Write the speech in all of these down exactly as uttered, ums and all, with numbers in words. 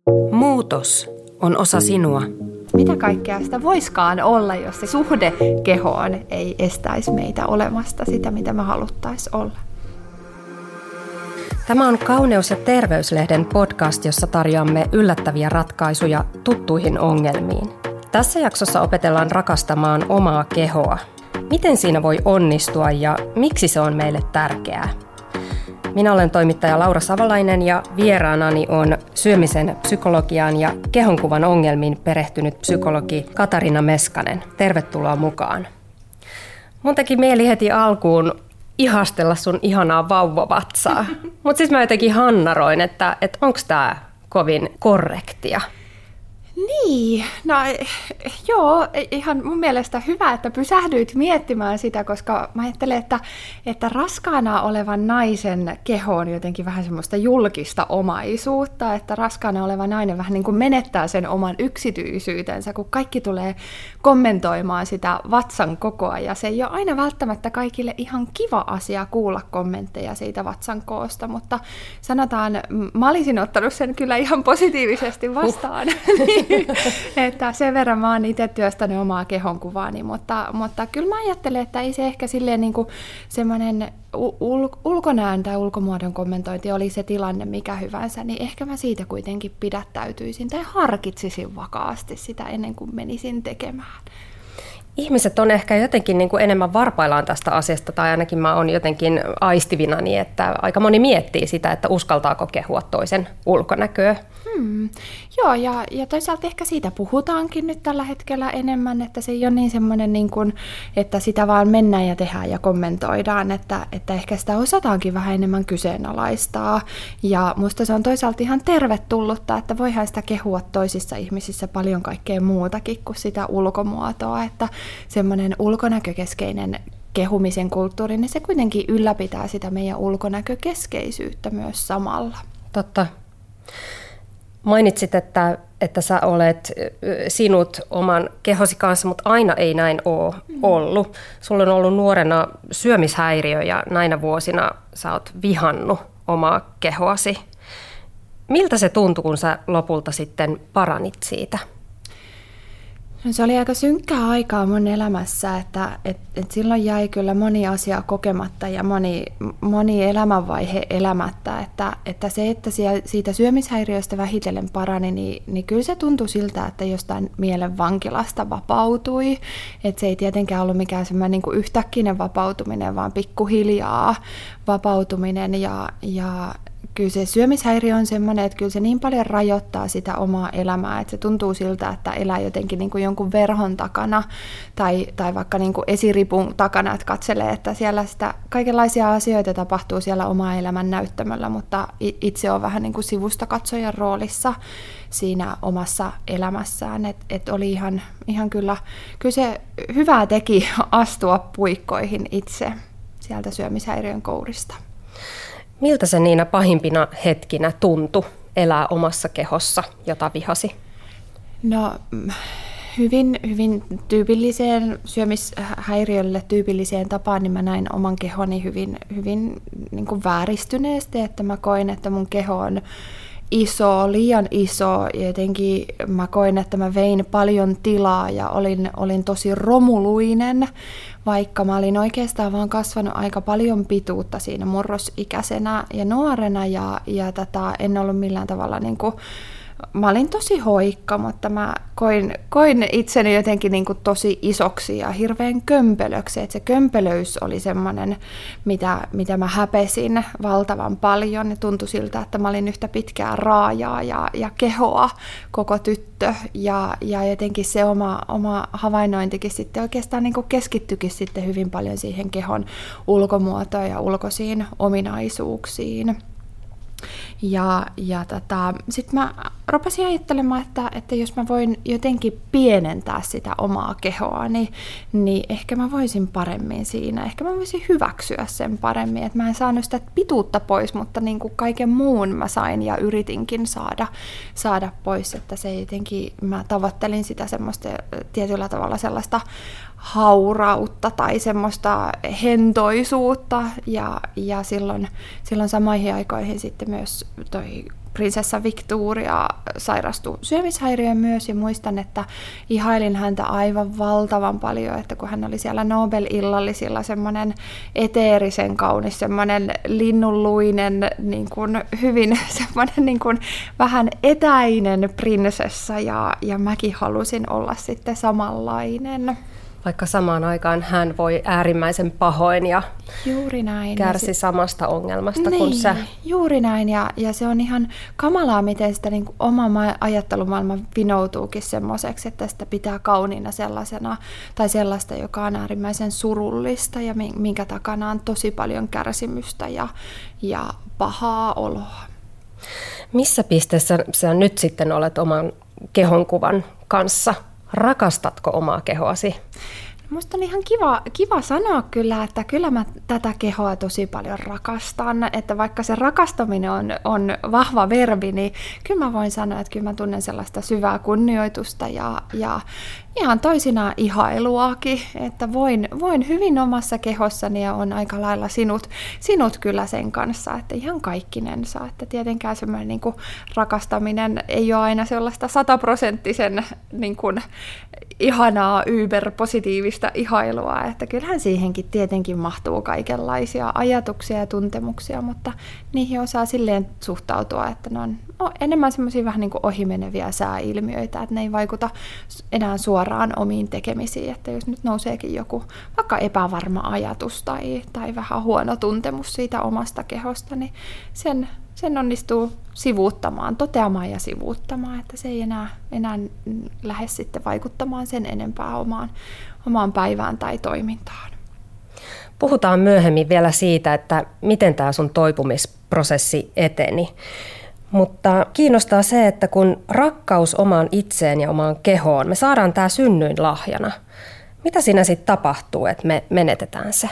Muutos on osa sinua. Mitä kaikkea sitä voiskaan olla, jos se suhde kehoon ei estäisi meitä olemasta sitä, mitä me haluttaisiin olla? Tämä on Kauneus- ja terveyslehden podcast, jossa tarjoamme yllättäviä ratkaisuja tuttuihin ongelmiin. Tässä jaksossa opetellaan rakastamaan omaa kehoa. Miten siinä voi onnistua ja miksi se on meille tärkeää? Minä olen toimittaja Laura Savolainen ja vieraanani on syömisen psykologiaan ja kehonkuvan ongelmiin perehtynyt psykologi Katarina Meskanen. Tervetuloa mukaan. Mun teki mieli heti alkuun ihastella sun ihanaa vauvavatsaa, mutta siis mä jotenkin hannaroin, että, että onko tää kovin korrektia? Niin, no joo, ihan mun mielestä hyvä, että pysähdyit miettimään sitä, koska mä ajattelen, että, että raskaana olevan naisen keho on jotenkin vähän semmoista julkista omaisuutta, että raskaana oleva nainen vähän niin kuin menettää sen oman yksityisyytensä, kun kaikki tulee kommentoimaan sitä vatsan kokoa, ja se ei ole aina välttämättä kaikille ihan kiva asia kuulla kommentteja siitä vatsan koosta, mutta sanotaan, mä olisin ottanut sen kyllä ihan positiivisesti vastaan. Uh. Että sen verran mä oon itse työstänyt omaa kehonkuvaani, mutta, mutta kyllä mä ajattelen, että ei se ehkä silleen niin kuin semmoinen ul- ulkonäön tai ulkomuodon kommentointi oli se tilanne mikä hyvänsä, niin ehkä mä siitä kuitenkin pidättäytyisin tai harkitsisin vakaasti sitä ennen kuin menisin tekemään. Ihmiset on ehkä jotenkin niin kuin enemmän varpaillaan tästä asiasta, tai ainakin mä oon jotenkin aistivinani, että aika moni miettii sitä, että uskaltaako kehua toisen ulkonäköä. Hmm. Joo, ja, ja toisaalta ehkä siitä puhutaankin nyt tällä hetkellä enemmän, että se ei ole niin semmoinen, niin kuin, että sitä vaan mennään ja tehdään ja kommentoidaan, että, että ehkä sitä osataankin vähän enemmän kyseenalaistaa. Ja musta se on toisaalta ihan tervetullutta, että voihan sitä kehua toisissa ihmisissä paljon kaikkea muutakin kuin sitä ulkomuotoa, että semmoinen ulkonäkökeskeinen kehumisen kulttuuri, niin se kuitenkin ylläpitää sitä meidän ulkonäkökeskeisyyttä myös samalla. Totta. Mainitsit, että, että sä olet sinut oman kehosi kanssa, mutta aina ei näin ole mm. ollut. Sulla on ollut nuorena syömishäiriö ja näinä vuosina sä oot vihannut omaa kehoasi. Miltä se tuntui, kun sä lopulta sitten paranit siitä? No, se oli aika synkkää aikaa mun elämässä, että et, et silloin jäi kyllä moni asia kokematta ja moni, moni elämänvaihe elämättä, että, että se, että siitä syömishäiriöstä vähitellen parani, niin, niin kyllä se tuntui siltä, että jostain mielen vankilasta vapautui, että se ei tietenkään ollut mikään semmoinen niin kuin yhtäkkinen vapautuminen, vaan pikkuhiljaa vapautuminen ja, ja kyllä se syömishäiriö on semmoinen, että kyllä se niin paljon rajoittaa sitä omaa elämää, että se tuntuu siltä, että elää jotenkin niin kuin jonkun verhon takana tai, tai vaikka niin kuin esiripun takana, että katselee, että siellä sitä kaikenlaisia asioita tapahtuu siellä omaa elämän näyttämöllä, mutta itse on vähän niin kuin sivusta katsojan roolissa siinä omassa elämässään, että et oli ihan, ihan kyllä, kyllä se hyvää teki astua puikkoihin itse sieltä syömishäiriön kourista. Miltä se niinä pahimpina hetkinä tuntui elää omassa kehossa, jota vihasi? No hyvin, hyvin tyypilliseen syömishäiriölle tyypilliseen tapaan, niin mä näin oman kehoni hyvin, hyvin niin kuin vääristyneesti, että mä koin, että mun keho on iso, liian iso, ja jotenkin mä koin, että mä vein paljon tilaa ja olin, olin tosi romuluinen, vaikka mä olin oikeastaan vaan kasvanut aika paljon pituutta siinä murrosikäisenä ja nuorena, ja, ja tätä en ollut millään tavalla niin kuin, mä olin tosi hoikka, mutta mä koin, koin itseni jotenkin niin kuin tosi isoksi ja hirveän kömpelöksi. Että se kömpelöys oli semmoinen, mitä, mitä mä häpesin valtavan paljon. Ja tuntui siltä, että mä olin yhtä pitkää raajaa ja, ja kehoa koko tyttö. Ja, ja jotenkin se oma, oma havainnointikin sitten oikeastaan niin kuin keskittyikin sitten hyvin paljon siihen kehon ulkomuotoon ja ulkoisiin ominaisuuksiin. Ja, ja tota, sitten mä rupesin ajattelemaan, että, että jos mä voin jotenkin pienentää sitä omaa kehoa, niin, niin ehkä mä voisin paremmin siinä. Ehkä mä voisin hyväksyä sen paremmin. Että mä en saanut sitä pituutta pois, mutta niin kuin kaiken muun mä sain ja yritinkin saada, saada pois. Että se jotenkin, mä tavoittelin sitä semmoista tietyllä tavalla sellaista haurautta tai semmoista hentoisuutta, ja, ja silloin, silloin samoihin aikoihin sitten myös toi prinsessa Victoria sairastui syömishäiriöön myös, ja muistan, että ihailin häntä aivan valtavan paljon, että kun hän oli siellä Nobel-illallisilla semmoinen eteerisen kaunis, semmoinen linnunluinen, niin kuin hyvin semmoinen niin kuin vähän etäinen prinsessa, ja, ja mäkin halusin olla sitten samanlainen. Vaikka samaan aikaan hän voi äärimmäisen pahoin ja juuri näin. kärsi sit... samasta ongelmasta niin, kuin sä. Juuri näin, ja, ja se on ihan kamalaa, miten sitä niin kuin oma ajattelumaailma vinoutuukin semmoiseksi, että sitä pitää kauniina sellaisena, tai sellaista, joka on äärimmäisen surullista, ja minkä takana on tosi paljon kärsimystä ja, ja pahaa oloa. Missä pisteessä sä nyt sitten olet oman kehonkuvan kanssa? Rakastatko omaa kehoasi? Musta on ihan kiva, kiva sanoa kyllä, että kyllä mä tätä kehoa tosi paljon rakastan, että vaikka se rakastaminen on, on vahva verbi, niin kyllä mä voin sanoa, että kyllä mä tunnen sellaista syvää kunnioitusta ja, ja ihan toisinaan ihailuakin, että voin, voin hyvin omassa kehossani ja on aika lailla sinut, sinut kyllä sen kanssa, että ihan kaikkinensa, että tietenkään semmoinen niin kuin rakastaminen ei ole aina sellaista sataprosenttisen niin kuin ihanaa, yberpositiivista ihailua, että kyllähän siihenkin tietenkin mahtuu kaikenlaisia ajatuksia ja tuntemuksia, mutta niihin osaa silleen suhtautua, että ne on enemmän semmoisia vähän niin kuin ohimeneviä sääilmiöitä, että ne ei vaikuta enää suoraan omiin tekemisiin, että jos nyt nouseekin joku vaikka epävarma ajatus tai, tai vähän huono tuntemus siitä omasta kehosta, niin sen, sen onnistuu sivuuttamaan, toteamaan ja sivuuttamaan, että se ei enää, enää lähde sitten vaikuttamaan sen enempää omaan, omaan päivään tai toimintaan. Puhutaan myöhemmin vielä siitä, että miten tämä sun toipumisprosessi eteni. Mutta kiinnostaa se, että kun rakkaus omaan itseen ja omaan kehoon, me saadaan tämä synnyin lahjana. Mitä siinä sitten tapahtuu, että me menetetään se?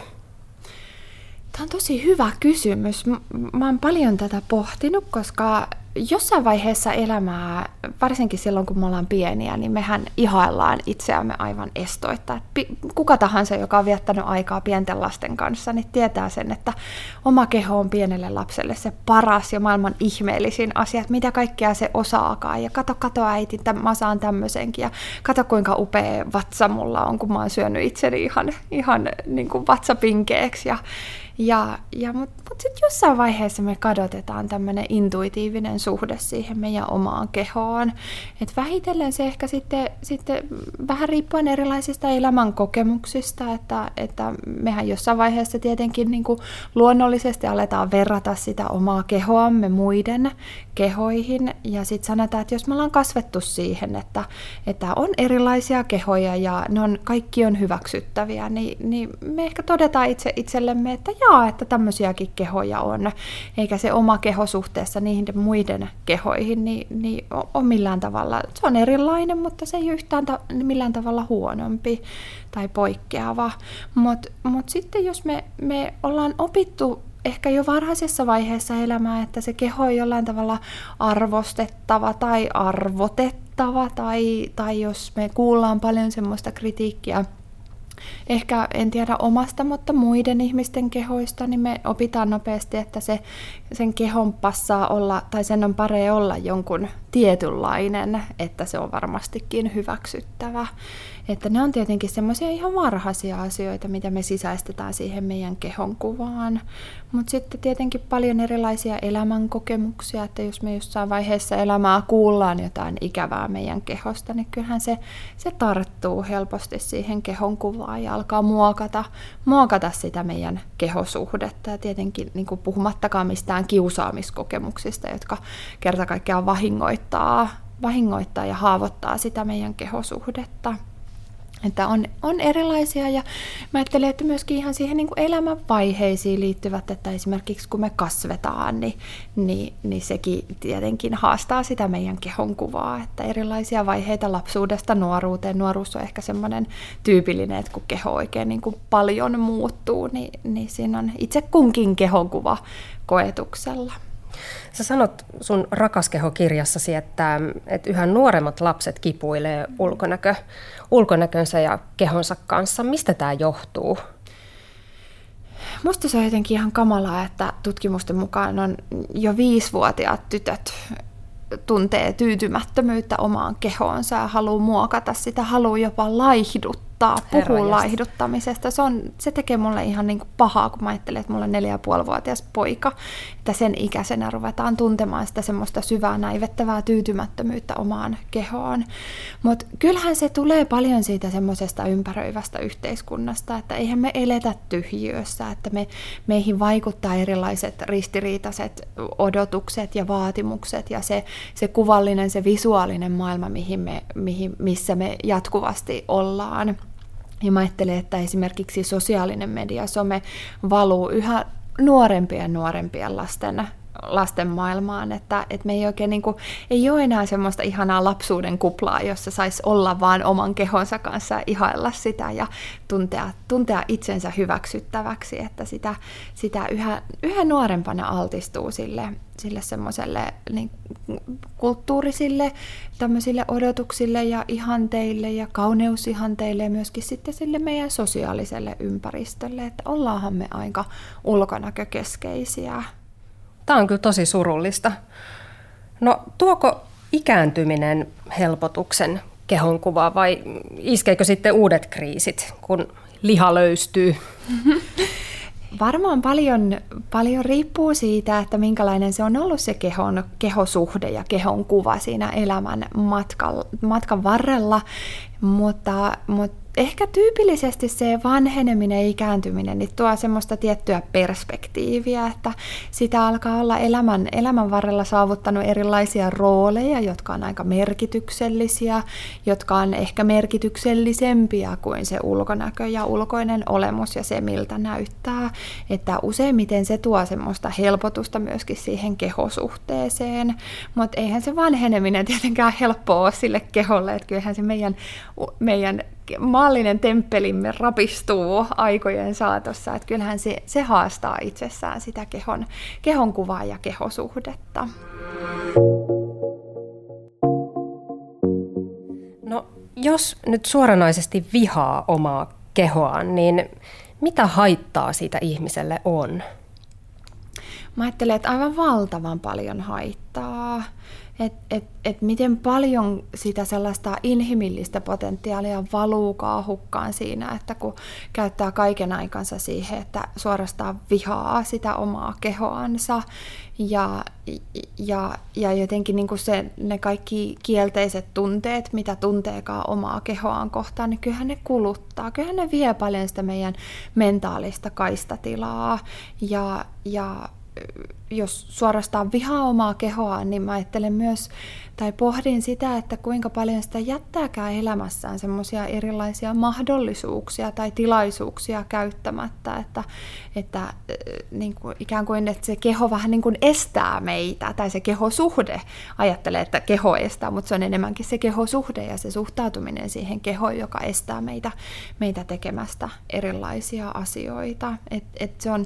Tämä on tosi hyvä kysymys. Mä oon paljon tätä pohtinut, koska jossain vaiheessa elämää, varsinkin silloin kun me ollaan pieniä, niin mehän ihaillaan itseämme aivan estoitta. Kuka tahansa, joka on viettänyt aikaa pienten lasten kanssa, niin tietää sen, että oma keho on pienelle lapselle se paras ja maailman ihmeellisin asia, että mitä kaikkea se osaakaan. Ja kato, kato äiti, mä saan tämmöisenkin. Ja kato, kuinka upea vatsa mulla on, kun mä oon syönyt itseni ihan, ihan niin kuin vatsapinkeeksi. Ja Ja, ja, Mutta mut sitten jossain vaiheessa me kadotetaan tämmöinen intuitiivinen suhde siihen meidän omaan kehoon. Et vähitellen se ehkä sitten, sitten vähän riippuen erilaisista elämänkokemuksista, että, että mehän jossain vaiheessa tietenkin niin kuin luonnollisesti aletaan verrata sitä omaa kehoamme muiden kehoihin. Ja sitten sanotaan, että jos me ollaan kasvettu siihen, että, että on erilaisia kehoja ja ne on, kaikki on hyväksyttäviä, niin, niin me ehkä todetaan itse itsellemme, että jaa, että tämmöisiäkin kehoja on, eikä se oma keho suhteessa niihin muiden kehoihin, niin, niin on millään tavalla, se on erilainen, mutta se ei ole yhtään ta- millään tavalla huonompi tai poikkeava. Mutta mut sitten jos me, me ollaan opittu ehkä jo varhaisessa vaiheessa elämää, että se keho on jollain tavalla arvostettava tai arvotettava, tai, tai jos me kuullaan paljon semmoista kritiikkiä, ehkä en tiedä omasta, mutta muiden ihmisten kehoista, niin me opitaan nopeasti, että se, sen kehon passaa olla, tai sen on parempi olla jonkun tietynlainen, että se on varmastikin hyväksyttävä. Että ne on tietenkin semmoisia ihan varhaisia asioita, mitä me sisäistetään siihen meidän kehon kuvaan. Mutta sitten tietenkin paljon erilaisia elämänkokemuksia, että jos me jossain vaiheessa elämää kuullaan jotain ikävää meidän kehosta, niin kyllähän se, se tarttuu helposti siihen kehon kuvaan ja alkaa muokata, muokata sitä meidän kehosuhdetta. Ja tietenkin niin kuin puhumattakaan mistään kiusaamiskokemuksista, jotka kerta kaikkiaan vahingoittaa, vahingoittaa ja haavoittaa sitä meidän kehosuhdetta. Että on, on erilaisia, ja mä ajattelen, että myöskin ihan siihen niin kuin elämänvaiheisiin liittyvät, että esimerkiksi kun me kasvetaan, niin, niin, niin sekin tietenkin haastaa sitä meidän kehon kuvaa, että erilaisia vaiheita lapsuudesta nuoruuteen. Nuoruus on ehkä semmoinen tyypillinen, että kun keho oikein niin kuin paljon muuttuu, niin, niin siinä on itse kunkin kehon kuva koetuksella. Sä sanot sun Rakaskeho-kirjassasi, että, että yhä nuoremmat lapset kipuilee ulkonäkö, ulkonäkönsä ja kehonsa kanssa. Mistä tämä johtuu? musta se on jotenkin ihan kamalaa, että tutkimusten mukaan on jo viisivuotiaat tytöt tuntee tyytymättömyyttä omaan kehoonsa ja haluaa muokata sitä, haluaa jopa laihduttaa, puhua laihduttamisesta. Se, on, se tekee mulle ihan niin kuin pahaa, kun mä ajattelen, että mulla on neljä ja puolivuotias poika, että sen ikäisenä ruvetaan tuntemaan sitä semmoista syvää näivettävää tyytymättömyyttä omaan kehoon. Mutta kyllähän se tulee paljon siitä semmoisesta ympäröivästä yhteiskunnasta, että eihän me eletä tyhjiössä, että me, meihin vaikuttaa erilaiset ristiriitaiset odotukset ja vaatimukset ja se, se kuvallinen, se visuaalinen maailma, mihin me, mihin, missä me jatkuvasti ollaan. Ja mä ajattelen, että esimerkiksi sosiaalinen media, some valuu yhä nuorempien ja nuorempien lasten, lasten maailmaan, että, että me ei oikein niin kuin, ei ole enää semmoista ihanaa lapsuuden kuplaa, jossa saisi olla vaan oman kehonsa kanssa ja ihailla sitä ja tuntea, tuntea itsensä hyväksyttäväksi, että sitä, sitä yhä, yhä nuorempana altistuu sille, sille semmoiselle niin, kulttuurisille tämmöisille odotuksille ja ihanteille ja kauneusihanteille ja myöskin sitten sille meidän sosiaaliselle ympäristölle, että ollaanhan me aika ulkonäkökeskeisiä. Tämä on kyllä tosi surullista. No tuoko ikääntyminen helpotuksen kehonkuvaa vai iskeekö sitten uudet kriisit, kun liha löystyy? Varmaan paljon, paljon riippuu siitä, että minkälainen se on ollut se kehon, kehosuhde ja kehon kuva siinä elämän matkan, matkan varrella, mutta, mutta ehkä tyypillisesti se vanheneminen ja ikääntyminen niin tuo semmoista tiettyä perspektiiviä, että sitä alkaa olla elämän, elämän varrella saavuttanut erilaisia rooleja, jotka on aika merkityksellisiä, jotka on ehkä merkityksellisempiä kuin se ulkonäkö ja ulkoinen olemus ja se, miltä näyttää. Että useimmiten se tuo semmoista helpotusta myöskin siihen kehosuhteeseen, mutta eihän se vanheneminen tietenkään helppoa ole sille keholle, että kyllähän se meidän, meidän maallinen temppelimme rapistuu aikojen saatossa, että kyllähän se, se haastaa itsessään sitä kehon, kehon kuvaa ja kehosuhdetta. No, jos nyt suoranaisesti vihaa omaa kehoaan, niin mitä haittaa siitä ihmiselle on? Mä ajattelen, että aivan valtavan paljon haittaa. Että et, et miten paljon sitä sellaista inhimillistä potentiaalia valuukaa hukkaan siinä, että kun käyttää kaiken aikansa siihen, että suorastaan vihaa sitä omaa kehoansa ja, ja, ja jotenkin niin kuin se, ne kaikki kielteiset tunteet, mitä tunteekaan omaa kehoaan kohtaan, niin kyllähän ne kuluttaa. Kyllähän ne vie paljon sitä meidän mentaalista kaistatilaa ja, ja jos suorastaan vihaa omaa kehoaan, niin mä ajattelen myös, tai pohdin sitä, että kuinka paljon sitä jättääkään elämässään semmoisia erilaisia mahdollisuuksia tai tilaisuuksia käyttämättä, että, että niin kuin, ikään kuin että se keho vähän niin kuin estää meitä, tai se kehosuhde ajattelee, että keho estää, mutta se on enemmänkin se kehosuhde ja se suhtautuminen siihen kehoon, joka estää meitä, meitä tekemästä erilaisia asioita. Et, et se on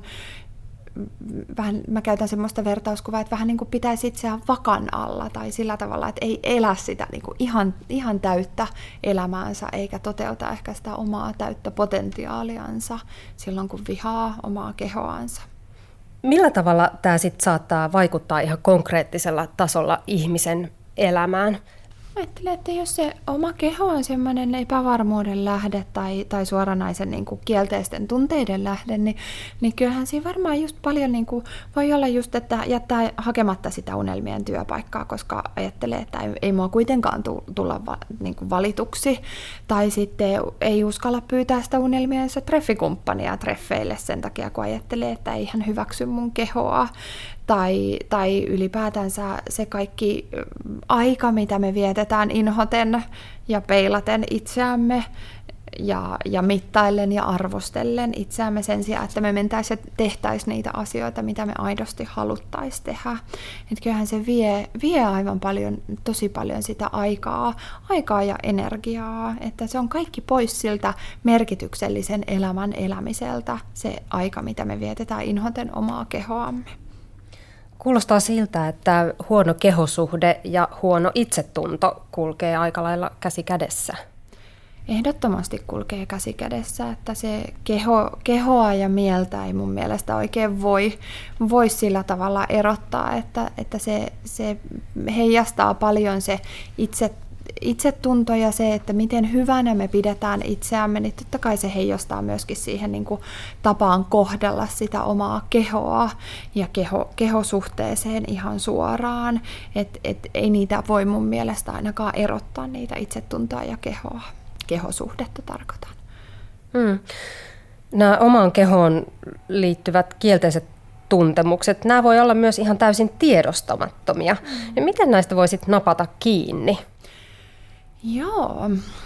Vähän, mä käytän semmoista vertauskuvaa, että vähän niin kuin pitäisi itseään vakan alla tai sillä tavalla, että ei elä sitä niin kuin ihan, ihan täyttä elämäänsä eikä toteuta ehkä sitä omaa täyttä potentiaaliansa silloin, kun vihaa omaa kehoansa. Millä tavalla tämä sitten saattaa vaikuttaa ihan konkreettisella tasolla ihmisen elämään? Ajattelen, että jos se oma keho on semmoinen epävarmuuden lähde tai, tai suoranaisen niin kuin kielteisten tunteiden lähde, niin, niin kyllähän siinä varmaan just paljon niin kuin, voi olla just, että jättää hakematta sitä unelmien työpaikkaa, koska ajattelee, että ei, ei mua kuitenkaan tulla va, niin kuin valituksi. Tai sitten ei uskalla pyytää sitä unelmiensa treffikumppania treffeille sen takia, kun ajattelee, että ei hän hyväksy mun kehoa. Tai, tai ylipäätänsä se kaikki aika, mitä me vietetään inhoten ja peilaten itseämme ja, ja mittaillen ja arvostellen itseämme sen sijaan, että me mentäisiin ja tehtäisiin niitä asioita, mitä me aidosti haluttaisiin tehdä. Et kyllähän se vie, vie aivan paljon, tosi paljon sitä aikaa, aikaa ja energiaa, että se on kaikki pois siltä merkityksellisen elämän elämiseltä, se aika, mitä me vietetään inhoten omaa kehoamme. Kuulostaa siltä, että huono kehosuhde ja huono itsetunto kulkee aika lailla käsi kädessä. ehdottomasti kulkee käsi kädessä, että se keho, kehoa ja mieltä ei mun mielestä oikein voi, voi sillä tavalla erottaa, että, että se, se heijastaa paljon se itse itsetunto ja se, että miten hyvänä me pidetään itseämme, niin totta kai se heijastaa myöskin siihen niin kuin tapaan kohdella sitä omaa kehoa ja keho, kehosuhteeseen ihan suoraan. Et, et ei niitä voi mun mielestä ainakaan erottaa niitä itsetuntoa ja kehoa. Kehosuhdetta tarkoitan. Hmm. Nämä omaan kehoon liittyvät kielteiset tuntemukset, nämä voi olla myös ihan täysin tiedostamattomia. Mm. Ja miten näistä voisit napata kiinni? Joo.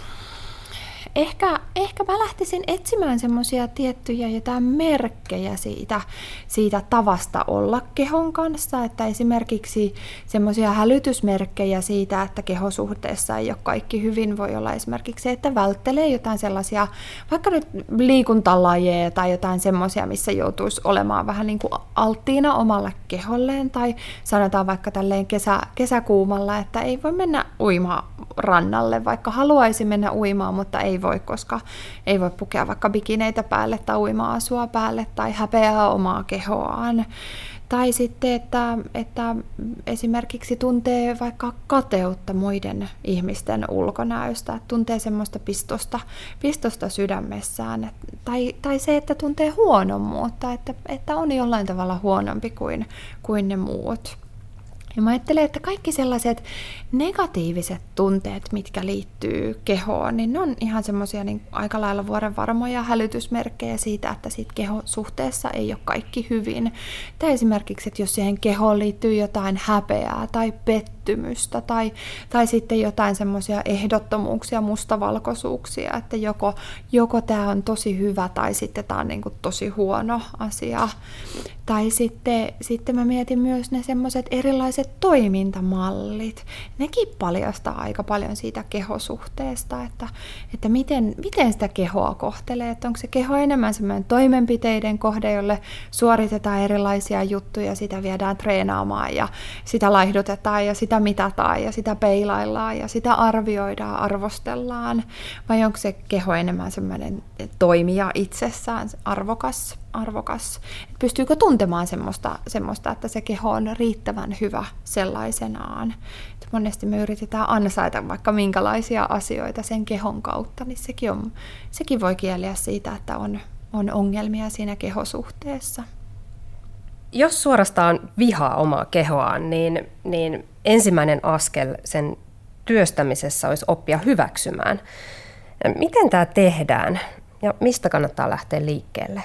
Ehkä, ehkä mä lähtisin etsimään semmoisia tiettyjä jotain merkkejä siitä, siitä tavasta olla kehon kanssa, että esimerkiksi semmoisia hälytysmerkkejä siitä, että kehosuhteessa ei ole kaikki hyvin, voi olla esimerkiksi se, että välttelee jotain sellaisia, vaikka nyt liikuntalajeja tai jotain semmoisia, missä joutuisi olemaan vähän niin kuin alttiina omalle keholleen, tai sanotaan vaikka tälleen kesä, kesäkuumalla, että ei voi mennä uimaan rannalle, vaikka haluaisi mennä uimaan, mutta ei voi, koska ei voi pukea vaikka bikineitä päälle tai uima-asua päälle tai häpeää omaa kehoaan. Tai sitten, että, että esimerkiksi tuntee vaikka kateutta muiden ihmisten ulkonäöstä, että tuntee semmoista pistosta, pistosta sydämessään. Tai, tai se, että tuntee huonommuutta, että, että on jollain tavalla huonompi kuin, kuin ne muut. Ja mä ajattelen, että kaikki sellaiset negatiiviset tunteet, mitkä liittyy kehoon, niin ne on ihan semmoisia niin aika lailla vuorenvarmoja hälytysmerkkejä siitä, että siitä kehosuhteessa ei ole kaikki hyvin. Tai esimerkiksi, että jos siihen kehoon liittyy jotain häpeää tai pettymystä tai, tai sitten jotain semmoisia ehdottomuuksia, mustavalkoisuuksia, että joko, joko tämä on tosi hyvä tai sitten tämä on niin kuin tosi huono asia. Tai sitten, sitten mä mietin myös ne semmoiset erilaiset toimintamallit. Nekin paljastaa aika paljon siitä kehosuhteesta, että, että miten, miten sitä kehoa kohtelee. Että onko se keho enemmän semmoinen toimenpiteiden kohde, jolle suoritetaan erilaisia juttuja, sitä viedään treenaamaan ja sitä laihdutetaan ja sitä mitataan ja sitä peilaillaan ja sitä arvioidaan, arvostellaan. Vai onko se keho enemmän semmoinen toimija itsessään, arvokas? arvokas. Pystyykö tuntemaan semmoista, semmoista, että se keho on riittävän hyvä sellaisenaan. Et monesti me yritetään ansaita vaikka minkälaisia asioita sen kehon kautta, niin sekin, on, sekin voi kieliä siitä, että on, on ongelmia siinä kehosuhteessa. Jos suorastaan vihaa omaa kehoaan, niin, niin ensimmäinen askel sen työstämisessä olisi oppia hyväksymään. Miten tämä tehdään ja mistä kannattaa lähteä liikkeelle?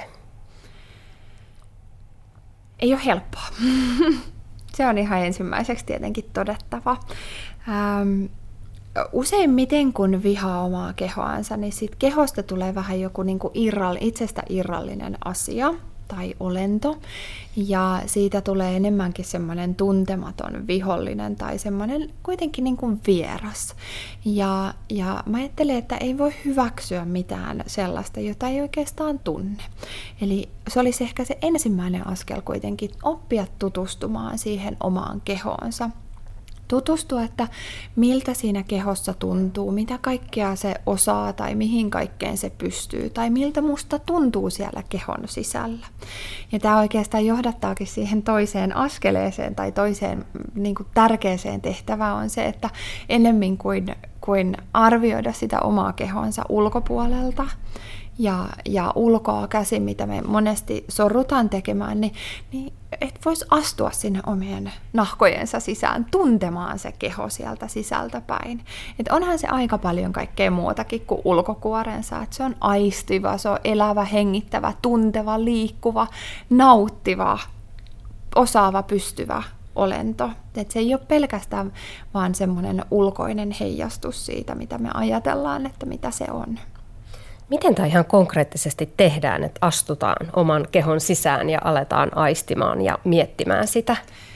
Ei ole helppoa. Se on ihan ensimmäiseksi tietenkin todettava. Ähm, useimmiten kun vihaa omaa kehoansa, niin siitä kehosta tulee vähän joku niinku irral, itsestä irrallinen asia tai olento. Ja siitä tulee enemmänkin semmoinen tuntematon vihollinen tai semmoinen kuitenkin niin kuin vieras. Ja, ja mä ajattelen, että ei voi hyväksyä mitään sellaista, jota ei oikeastaan tunne. Eli se olisi ehkä se ensimmäinen askel kuitenkin oppia tutustumaan siihen omaan kehoonsa. Tutustua, että miltä siinä kehossa tuntuu, mitä kaikkea se osaa tai mihin kaikkeen se pystyy tai miltä musta tuntuu siellä kehon sisällä. Ja tämä oikeastaan johdattaakin siihen toiseen askeleeseen tai toiseen niin kuin tärkeäseen tehtävään on se, että ennemmin kuin, kuin arvioida sitä omaa kehonsa ulkopuolelta, ja, ja ulkoa käsin, mitä me monesti sorrutaan tekemään, niin, niin et voisi astua sinne omien nahkojensa sisään, tuntemaan se keho sieltä sisältä päin. Et onhan se aika paljon kaikkea muutakin kuin ulkokuorensa, että se on aistiva, se on elävä, hengittävä, tunteva, liikkuva, nauttiva, osaava, pystyvä olento. Et se ei ole pelkästään vaan semmoinen ulkoinen heijastus siitä, mitä me ajatellaan, että mitä se on. Miten tämä ihan konkreettisesti tehdään, että astutaan oman kehon sisään ja aletaan aistimaan ja miettimään sitä?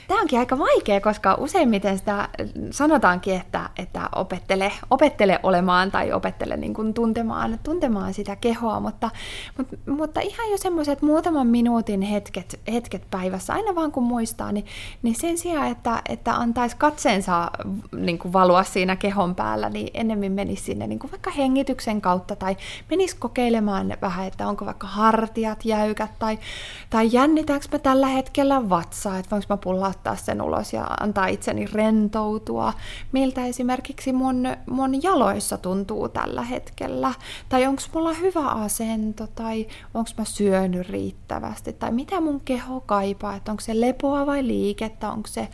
Tämä onkin aika vaikea, koska useimmiten sitä sanotaankin, että, että opettele, opettele olemaan tai opettele niin kuin tuntemaan, tuntemaan sitä kehoa, mutta, mutta, mutta ihan jo semmoiset muutaman minuutin hetket, hetket päivässä, aina vaan kun muistaa, niin, niin sen sijaan, että, että antaisi katseensa niin kuin valua siinä kehon päällä, niin ennemmin menisi sinne niin kuin vaikka hengityksen kautta tai menisi kokeilemaan vähän, että onko vaikka hartiat jäykät tai, tai jännitäänkö mä tällä hetkellä vatsaa, että voinko mä pullauttaa sen ulos ja antaa itseni rentoutua, miltä esimerkiksi mun, mun jaloissa tuntuu tällä hetkellä, tai onko mulla hyvä asento, tai onko mä syönyt riittävästi, tai mitä mun keho kaipaa, että onko se lepoa vai liikettä, onko se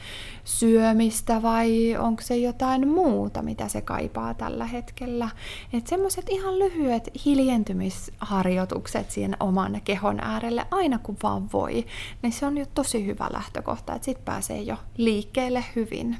syömistä vai onko se jotain muuta, mitä se kaipaa tällä hetkellä. Että semmoiset ihan lyhyet hiljentymisharjoitukset siihen oman kehon äärelle aina kun vaan voi, niin se on jo tosi hyvä lähtökohta, että sit pääsee jo liikkeelle hyvin.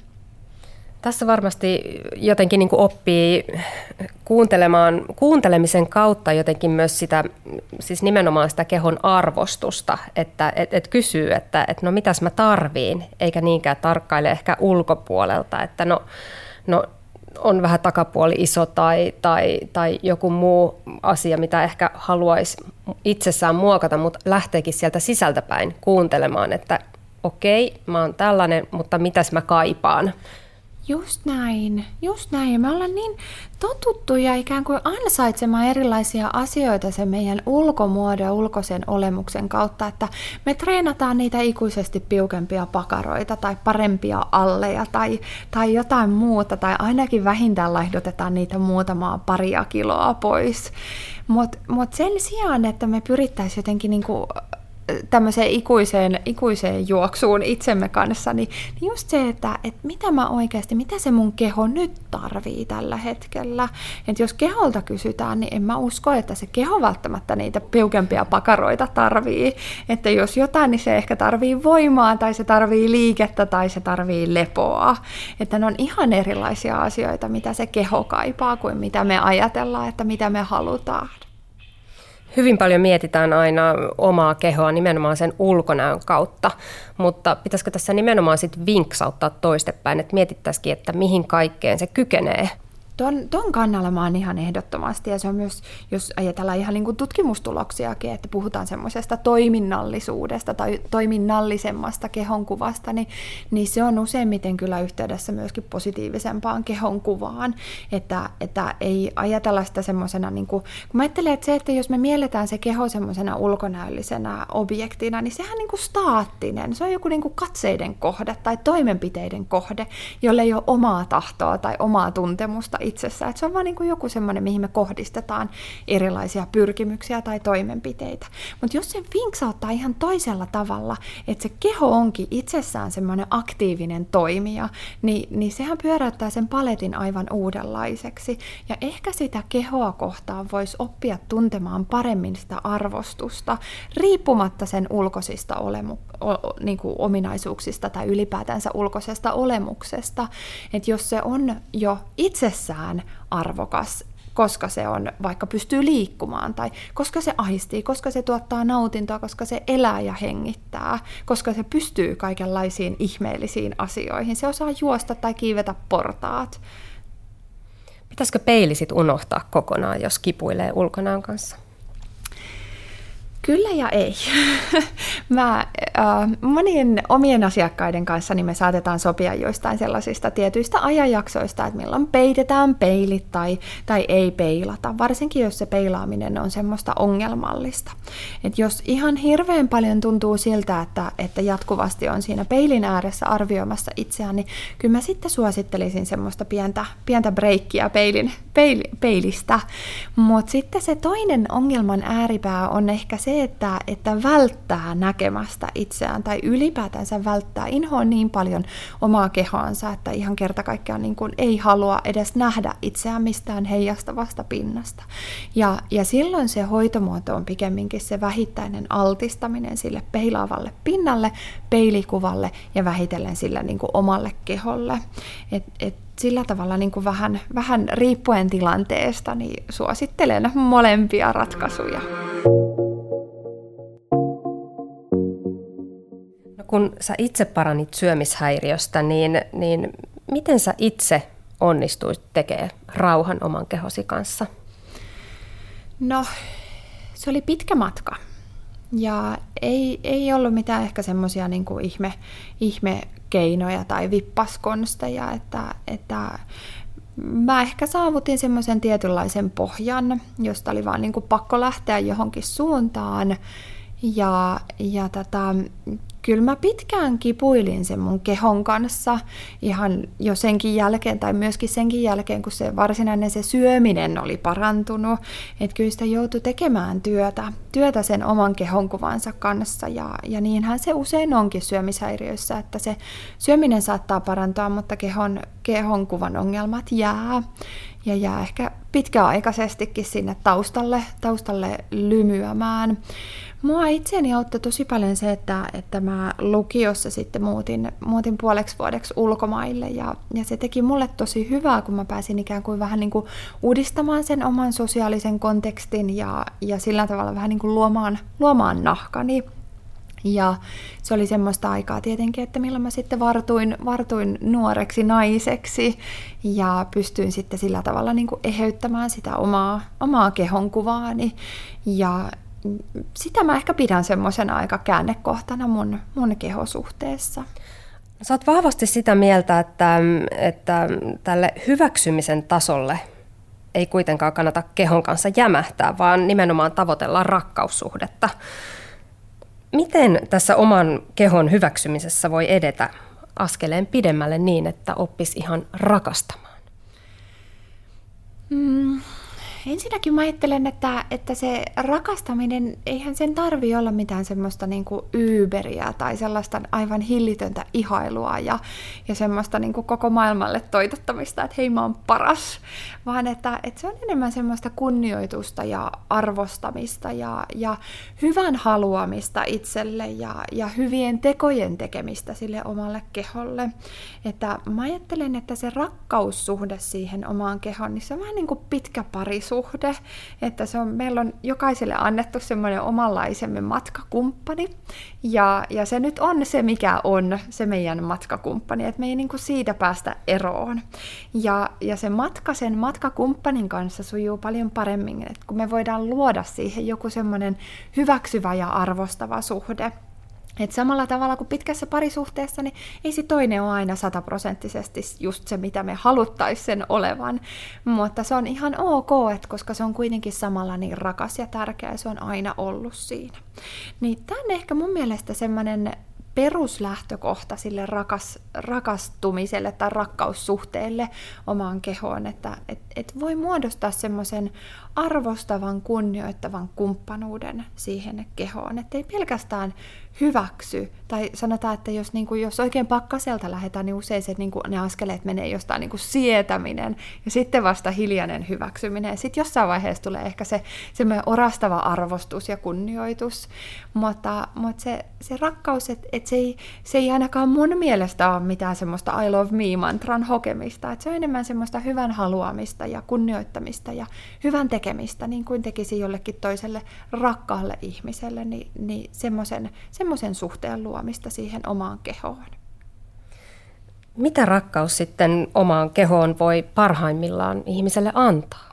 Tässä varmasti jotenkin niin kuin oppii kuuntelemaan, kuuntelemisen kautta jotenkin myös sitä, siis nimenomaan sitä kehon arvostusta, että et, et kysyy, että et no mitäs mä tarviin, eikä niinkään tarkkaile ehkä ulkopuolelta, että no, no on vähän takapuoli iso tai, tai, tai joku muu asia, mitä ehkä haluaisi itsessään muokata, mutta lähteekin sieltä sisältäpäin kuuntelemaan, että okei, mä oon tällainen, mutta mitäs mä kaipaan. Just näin, just näin. Me ollaan niin totuttuja ikään kuin ansaitsemaan erilaisia asioita sen meidän ulkomuodon ja ulkoisen olemuksen kautta, että me treenataan niitä ikuisesti piukempia pakaroita tai parempia alleja tai, tai jotain muuta, tai ainakin vähintään laihdutetaan niitä muutamaa paria kiloa pois. Mutta mut sen sijaan, että me pyrittäisiin jotenkin niinku tämmöiseen ikuiseen, ikuiseen juoksuun itsemme kanssa, niin, niin just se, että, että mitä mä oikeasti, mitä se mun keho nyt tarvii tällä hetkellä. Että jos keholta kysytään, niin en mä usko, että se keho välttämättä niitä piukempia pakaroita tarvii. Että jos jotain, niin se ehkä tarvii voimaa, tai se tarvii liikettä, tai se tarvii lepoa. Että ne on ihan erilaisia asioita, mitä se keho kaipaa, kuin mitä me ajatellaan, että mitä me halutaan. Hyvin paljon mietitään aina omaa kehoa nimenomaan sen ulkonäön kautta, mutta pitäisikö tässä nimenomaan sit vinksauttaa toistepäin, että mietittäisikin, että mihin kaikkeen se kykenee? Ton, ton kannalla mä oon ihan ehdottomasti, ja se on myös, jos ajatellaan ihan niin kuin tutkimustuloksiakin, että puhutaan semmoisesta toiminnallisuudesta tai toiminnallisemmasta kehonkuvasta, niin, niin se on useimmiten kyllä yhteydessä myöskin positiivisempaan kehonkuvaan, että, että ei ajatella sitä semmoisena, niin kuin, kun mä ajattelen, että se, että jos me mielletään se keho semmoisena ulkonäöllisenä objektina, niin sehän on niin kuin staattinen, se on joku niin kuin katseiden kohde tai toimenpiteiden kohde, jolle ei ole omaa tahtoa tai omaa tuntemusta itsessä. Että se on vaan niin kuin joku semmoinen, mihin me kohdistetaan erilaisia pyrkimyksiä tai toimenpiteitä. Mutta jos se vinksauttaa ihan toisella tavalla, että se keho onkin itsessään semmoinen aktiivinen toimija, niin, niin sehän pyöräyttää sen paletin aivan uudenlaiseksi. Ja ehkä sitä kehoa kohtaan voisi oppia tuntemaan paremmin sitä arvostusta, riippumatta sen ulkoisista olemu, o, niin kuin ominaisuuksista tai ylipäätänsä ulkoisesta olemuksesta. Että jos se on jo itsessään arvokas, koska se on, vaikka pystyy liikkumaan, tai koska se aistii, koska se tuottaa nautintoa, koska se elää ja hengittää, koska se pystyy kaikenlaisiin ihmeellisiin asioihin. Se osaa juosta tai kiivetä portaat. Pitäisikö peili sit unohtaa kokonaan, jos kipuilee ulkonäön kanssa? Kyllä ja ei. Mä, äh, monien omien asiakkaiden kanssa niin me saatetaan sopia joistain sellaisista tietyistä ajanjaksoista, että milloin peitetään peilit tai, tai ei peilata, varsinkin jos se peilaaminen on semmoista ongelmallista. Et jos ihan hirveän paljon tuntuu siltä, että, että jatkuvasti on siinä peilin ääressä arvioimassa itseään, niin kyllä mä sitten suosittelisin semmoista pientä, pientä breikkiä peilin, peil, peilistä. Mutta sitten se toinen ongelman ääripää on ehkä se, Että, että välttää näkemästä itseään tai ylipäätänsä välttää, inhoa niin paljon omaa kehoansa, että ihan kerta kaikkiaan niin kuin ei halua edes nähdä itseään mistään heijastavasta pinnasta. Ja, ja silloin se hoitomuoto on pikemminkin se vähittäinen altistaminen sille peilaavalle pinnalle, peilikuvalle ja vähitellen sille niin kuin omalle keholle. Et, et sillä tavalla niin kuin vähän, vähän riippuen tilanteesta niin suosittelen molempia ratkaisuja. kun sä itse paranit syömishäiriöstä, niin, niin miten sä itse onnistuit tekemään rauhan oman kehosi kanssa? No, se oli pitkä matka. Ja ei, ei ollut mitään ehkä semmoisia niin kuin ihme, ihmekeinoja tai vippaskonsteja, että, että mä ehkä saavutin semmoisen tietynlaisen pohjan, josta oli vaan niin kuin pakko lähteä johonkin suuntaan. Ja, ja tätä, kyllä mä pitkään kipuilin sen mun kehon kanssa ihan jo senkin jälkeen tai myöskin senkin jälkeen, kun se varsinainen se syöminen oli parantunut. Että kyllä sitä joutui tekemään työtä, työtä sen oman kehonkuvansa kanssa ja, ja niinhän se usein onkin syömishäiriöissä, että se syöminen saattaa parantua, mutta kehon, kehonkuvan ongelmat jää ja jää ehkä pitkäaikaisestikin sinne taustalle, taustalle lymyämään. Mua itseäni auttoi tosi paljon se, että, että mä lukiossa sitten muutin, muutin puoleksi vuodeksi ulkomaille ja, ja se teki mulle tosi hyvää, kun mä pääsin ikään kuin vähän niin kuin uudistamaan sen oman sosiaalisen kontekstin ja, ja sillä tavalla vähän niin kuin luomaan, luomaan nahkani. Ja se oli semmoista aikaa tietenkin, että milloin mä sitten vartuin, vartuin nuoreksi naiseksi ja pystyin sitten sillä tavalla niin kuin eheyttämään sitä omaa, omaa kehonkuvaani ja sitä mä ehkä pidän semmoisena aika käännekohtana mun, mun kehosuhteessa. Sä oot vahvasti sitä mieltä, että, että tälle hyväksymisen tasolle ei kuitenkaan kannata kehon kanssa jämähtää, vaan nimenomaan tavoitellaan rakkaussuhdetta. Miten tässä oman kehon hyväksymisessä voi edetä askeleen pidemmälle niin, että oppisi ihan rakastamaan? Mm. Ensinnäkin mä ajattelen, että, että se rakastaminen, eihän sen tarvitse olla mitään semmoista niin kuin yberiä tai sellaista aivan hillitöntä ihailua ja, ja semmoista niin kuin koko maailmalle toitottamista, että hei mä oon paras, vaan että, että se on enemmän semmoista kunnioitusta ja arvostamista ja, ja hyvän haluamista itselle ja, ja hyvien tekojen tekemistä sille omalle keholle. Että mä ajattelen, että se rakkaussuhde siihen omaan kehoon, niin se on vähän niin kuin pitkä parisuhde. Suhde, että se on, meillä on jokaiselle annettu semmoinen omanlaisemme matkakumppani, ja, ja se nyt on se, mikä on se meidän matkakumppani, että me ei niin kuin siitä päästä eroon. Ja, ja se matka sen matkakumppanin kanssa sujuu paljon paremmin, että kun me voidaan luoda siihen joku semmoinen hyväksyvä ja arvostava suhde. Et samalla tavalla kuin pitkässä parisuhteessa, niin ei se toinen ole aina sataprosenttisesti just se, mitä me haluttaisiin sen olevan. Mutta se on ihan ok, että koska se on kuitenkin samalla niin rakas ja tärkeä, se on aina ollut siinä. Niin tämä on ehkä mun mielestä semmoinen peruslähtökohta sille rakas, rakastumiselle tai rakkaussuhteelle omaan kehoon, että et, et voi muodostaa semmoisen arvostavan, kunnioittavan kumppanuuden siihen kehoon, ettei pelkästään hyväksy, tai sanotaan, että jos, niin kuin, jos oikein pakkaselta lähdetään, niin usein se, niin kuin, ne askeleet menee jostain niin kuin sietäminen, ja sitten vasta hiljainen hyväksyminen, ja sitten jossain vaiheessa tulee ehkä se semmoinen orastava arvostus ja kunnioitus, mutta, mutta se, se rakkaus, että et se, ei, se ei ainakaan mun mielestä ole mitään semmoista I love me-mantran hokemista, että se on enemmän semmoista hyvän haluamista ja kunnioittamista ja hyvän tekemistä, niin kuin tekisi jollekin toiselle rakkaalle ihmiselle, niin, niin semmoisen semmoisen suhteen luomista siihen omaan kehoon. Mitä rakkaus sitten omaan kehoon voi parhaimmillaan ihmiselle antaa?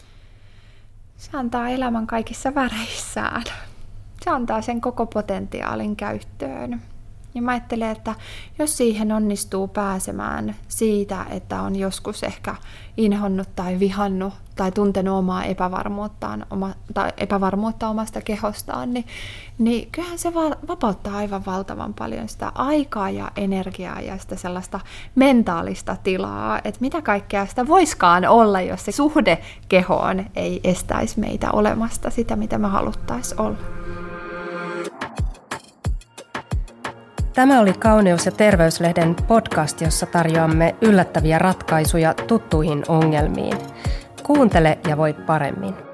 Se antaa elämän kaikissa väreissään. Se antaa sen koko potentiaalin käyttöön. Ja mä ajattelen, että jos siihen onnistuu pääsemään siitä, että on joskus ehkä inhonnut tai vihannut tai tuntenut omaa epävarmuuttaan, oma, tai epävarmuutta omasta kehostaan, niin, niin kyllähän se va- vapauttaa aivan valtavan paljon sitä aikaa ja energiaa ja sitä sellaista mentaalista tilaa, että mitä kaikkea sitä voiskaan olla, jos se suhde kehoon ei estäisi meitä olemasta sitä, mitä me haluttaisiin olla. Tämä oli Kauneus- ja terveyslehden podcast, jossa tarjoamme yllättäviä ratkaisuja tuttuihin ongelmiin. Kuuntele ja voit paremmin.